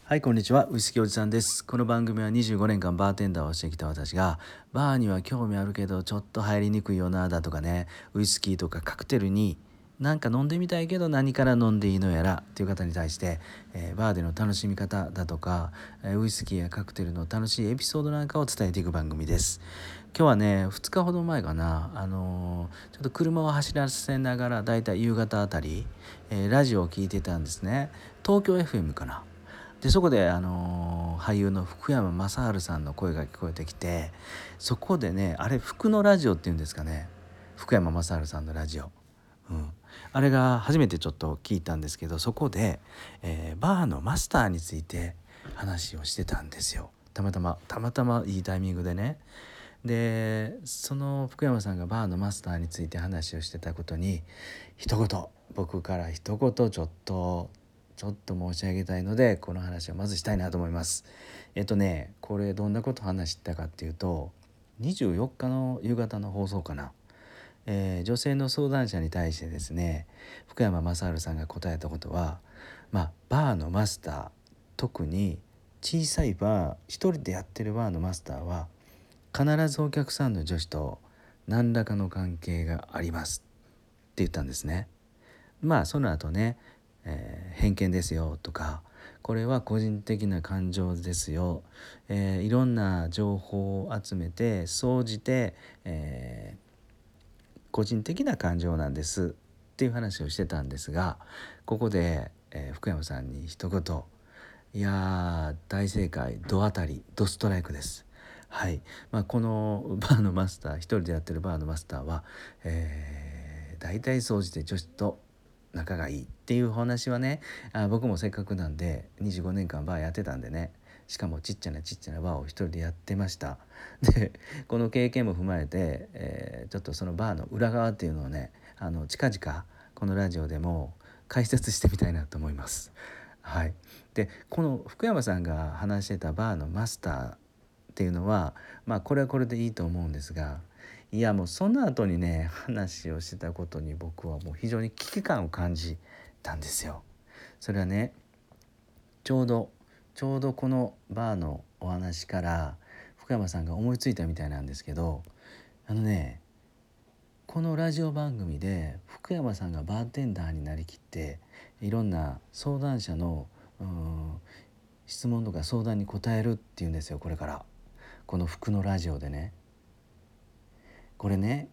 はい、こんにちは。ウイスキーおじさんです。この番組は25年間バーテンダーをしてきた私が、バーには興味あるけどちょっと入りにくいよなだとかね、ウイスキーとかカクテルになんか飲んでみたいけど何から飲んでいいのやらという方に対して、バーでの楽しみ方だとか、ウイスキーやカクテルの楽しいエピソードなんかを伝えていく番組です。今日はね、2日ほど前かな、ちょっと車を走らせながらだいたい夕方あたり、ラジオを聞いてたんですね。東京 FM かな。でそこで、俳優の福山雅治さんの声が聞こえてきて、そこでね、あれ福のラジオっていうんですかね、福山雅治さんのラジオ、あれが初めてちょっと聞いたんですけど、そこで、バーのマスターについて話をしてたんですよ。たまたまいいタイミングでね。でその福山さんがバーのマスターについて話をしてたことに、僕から一言ちょっと申し上げたいので、この話をまずしたいなと思います。これどんなことを話したかっていうと、24日の夕方の放送かな、女性の相談者に対してですね、福山雅治さんが答えたことは、バーのマスター、特に小さいバー、一人でやってるバーのマスターは必ずお客さんの女子と何らかの関係がありますって言ったんですね。その後ね、偏見ですよとか、これは個人的な感情ですよ、いろんな情報を集めて総じて、個人的な感情なんですっていう話をしてたんですが、ここで、福山さんに一言、いやー大正解、ド当たりドストライクです。はい、このバーのマスター、一人でやってるバーのマスターは、大体総じて女子と仲がいいっていうお話はね、僕もせっかくなんで25年間バーやってたんでね、しかもちっちゃなバーを一人でやってました。でこの経験も踏まえて、ちょっとそのバーの裏側っていうのをね、近々このラジオでも解説してみたいなと思います。はい、でこの福山さんが話してたバーのマスターっていうのは、これはこれでいいと思うんですが、いやもうその後にね話をしてたことに僕はもう非常に危機感を感じたんですよ。それはね、ちょうどこのバーのお話から福山さんが思いついたみたいなんですけど、このラジオ番組で福山さんがバーテンダーになりきって、いろんな相談者の質問とか相談に答えるっていうんですよ。これからこの福のラジオでね、これね、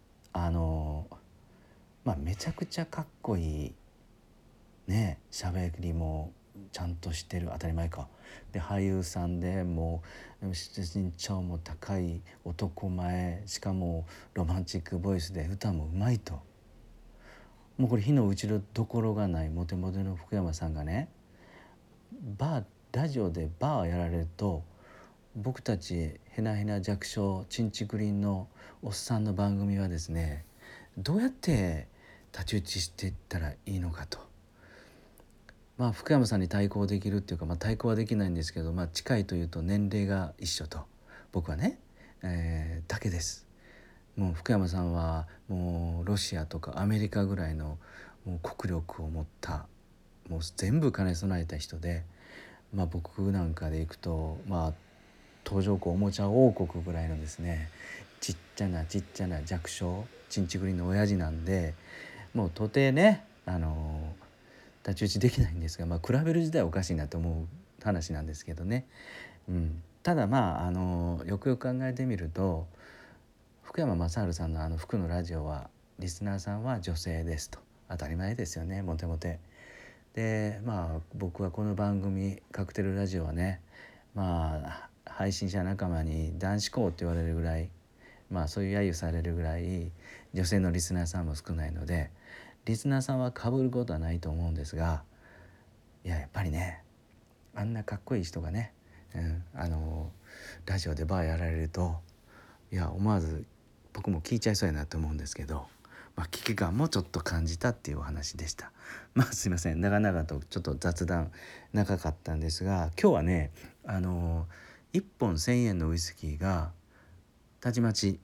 めちゃくちゃかっこいいね、喋りもちゃんとしてる、当たり前か。で俳優さんでもう身長も高い男前、しかもロマンチックボイスで歌もうまいと、もうこれ火の打ちどころがないモテモテの福山さんがね、ラジオでバーやられると、僕たちヘナヘナ弱小チンチクリンのおっさんの番組はですね、どうやって太刀打ちしていったらいいのかと。福山さんに対抗できるっていうか、対抗はできないんですけど、近いというと年齢が一緒と、僕はね、だけです。もう福山さんはもうロシアとかアメリカぐらいのもう国力を持った、もう全部兼ね備えた人で、僕なんかで行くと、東条湖おもちゃ王国ぐらいのですね、ちっちゃな弱小ちんちくりんの親父なんで、もう到底ね、太刀打ちできないんですが、比べる時代はおかしいなと思う話なんですけどね、ただよくよく考えてみると、福山雅治さんの福のラジオはリスナーさんは女性ですと、当たり前ですよね、モテモテで。僕はこの番組カクテルラジオはね、配信者仲間に男子校って言われるぐらい、そういう揶揄されるぐらい女性のリスナーさんも少ないので、リスナーさんは被ることはないと思うんですが、やっぱりね、あんなかっこいい人がね、ラジオでバーやられると、思わず僕も聞いちゃいそうやなと思うんですけど、危機感もちょっと感じたっていうお話でした。すいません、長々とちょっと雑談長かったんですが、今日はね、1本1,000円のウイスキーがたちまち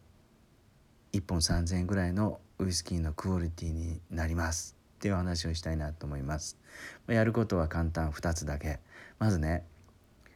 1本3,000円ぐらいのウイスキーのクオリティになりますっていう話をしたいなと思います。やることは簡単、2つだけ。まずね、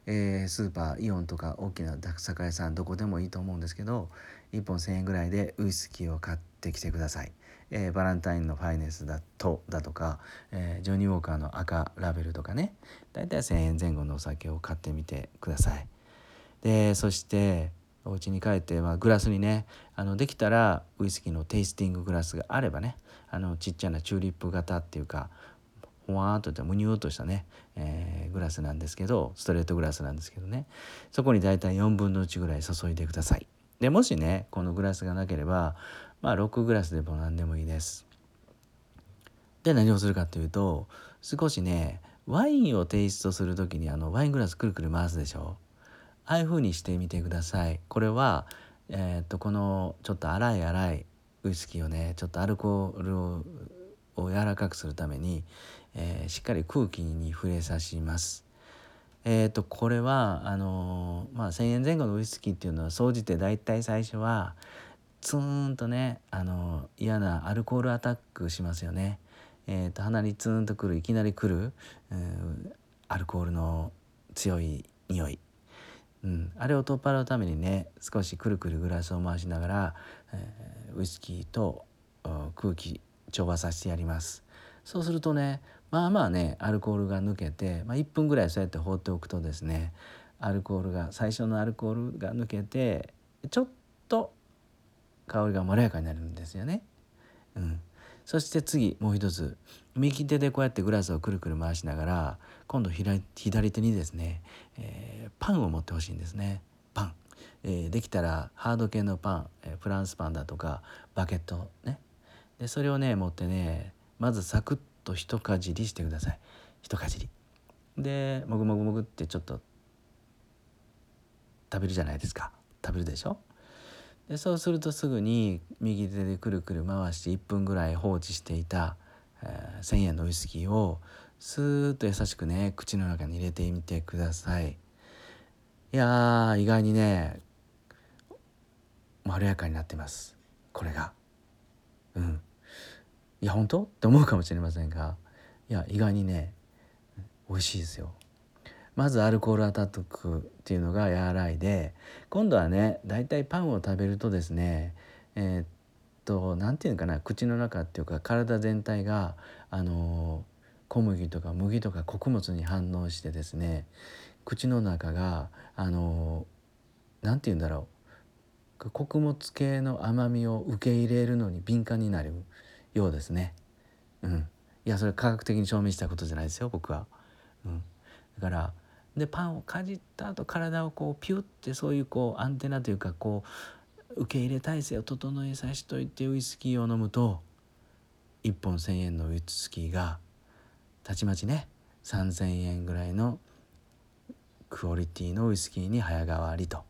スーパーイオンとか大きな酒屋さんどこでもいいと思うんですけど、1本1,000円ぐらいでウイスキーを買ってきてください。バランタインのファイネスだとか、ジョニーウォーカーの赤ラベルとかね、だいたい1,000円前後のお酒を買ってみてください。でそしてお家に帰って、グラスにね、できたらウイスキーのテイスティンググラスがあればね、ちっちゃなチューリップ型っていうか、ほわーっとムニューっとしたね、グラスなんですけど、ストレートグラスなんですけどね、そこにだいたい1/4ぐらい注いでください。でもしねこのグラスがなければ、6グラスでも何でもいいです。で何をするかというと、少しねワインをテイストする時にワイングラスくるくる回すでしょ。ああいう風にしてみてください。これは、このちょっと粗いウイスキーをね、ちょっとアルコールを柔らかくするために、しっかり空気に触れさします。これは1,000円前後のウイスキーっていうのは総じてだいたい最初はツーンとね嫌なアルコールアタックしますよね。鼻にツーンとくる、いきなりくる、アルコールの強い匂い、あれを取っ払うためにね、少しくるくるグラスを回しながら、ウイスキーと空気調和させてやります。そうするとね、ねアルコールが抜けて、1分ぐらいそうやって放っておくとですね、最初のアルコールが抜けてちょっと香りがまろやかになるんですよね。そして次もう一つ、右手でこうやってグラスをくるくる回しながら、今度左手にですね、パンを持ってほしいんですね。パン、できたらハード系のパン、フランスパンだとかバゲットね。でそれをね持ってね、まずサクッと一かじりしてください。一かじりでもぐもぐもぐってちょっと食べるじゃないですか。食べるでしょ。でそうするとすぐに右手でくるくる回して1分ぐらい放置していた、1,000円のウイスキーをスーッと優しくね口の中に入れてみてください。いやー、意外にねまろやかになってます、これが。いや本当って思うかもしれませんが、いや意外にね美味しいですよ。まずアルコールアタックっていうのが和らいで、今度はねだいたいパンを食べるとですね、なんていうのかな、口の中っていうか体全体が小麦とか麦とか穀物に反応してですね、口の中がなんていうんだろう、穀物系の甘みを受け入れるのに敏感になるようですね。いやそれ科学的に証明したことじゃないですよ、僕は。だからでパンをかじった後、体をこうピュッて、そういうこうアンテナというか、こう受け入れ体制を整えさせといてウイスキーを飲むと、1本1,000円のウイスキーがたちまちね3,000円ぐらいのクオリティのウイスキーに早変わりと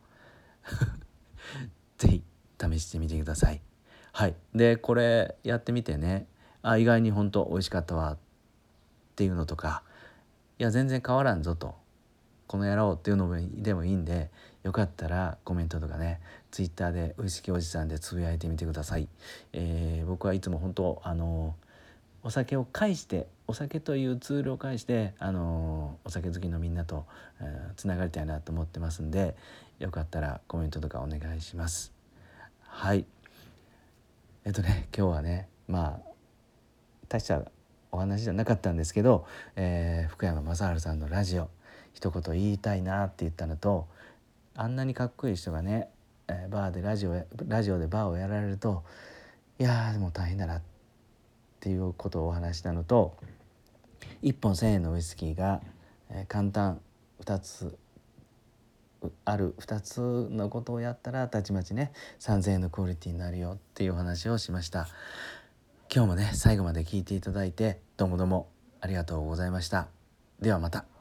ぜひ試してみてください。はい。でこれやってみてね、意外に本当美味しかったわっていうのとか、いや全然変わらんぞと、この野郎っていうのでもいいんで、よかったらコメントとかね、ツイッターでウイスキーおじさんでつぶやいてみてください。僕はいつも本当お酒を介して、お酒というツールを介してお酒好きのみんなとつながりたいなと思ってますんで、よかったらコメントとかお願いします。はい。今日はね大したお話じゃなかったんですけど、福山雅治さんのラジオ一言言いたいなって言ったのと、あんなにかっこいい人がね、バーでラジオでバーをやられると、いやでも大変だなっていうことをお話したのと、1本1,000円のウイスキーが、簡単2つある2つのことをやったらたちまちね3,000円のクオリティになるよっていうお話をしました。今日もね最後まで聞いていただいてどうもありがとうございました。ではまた。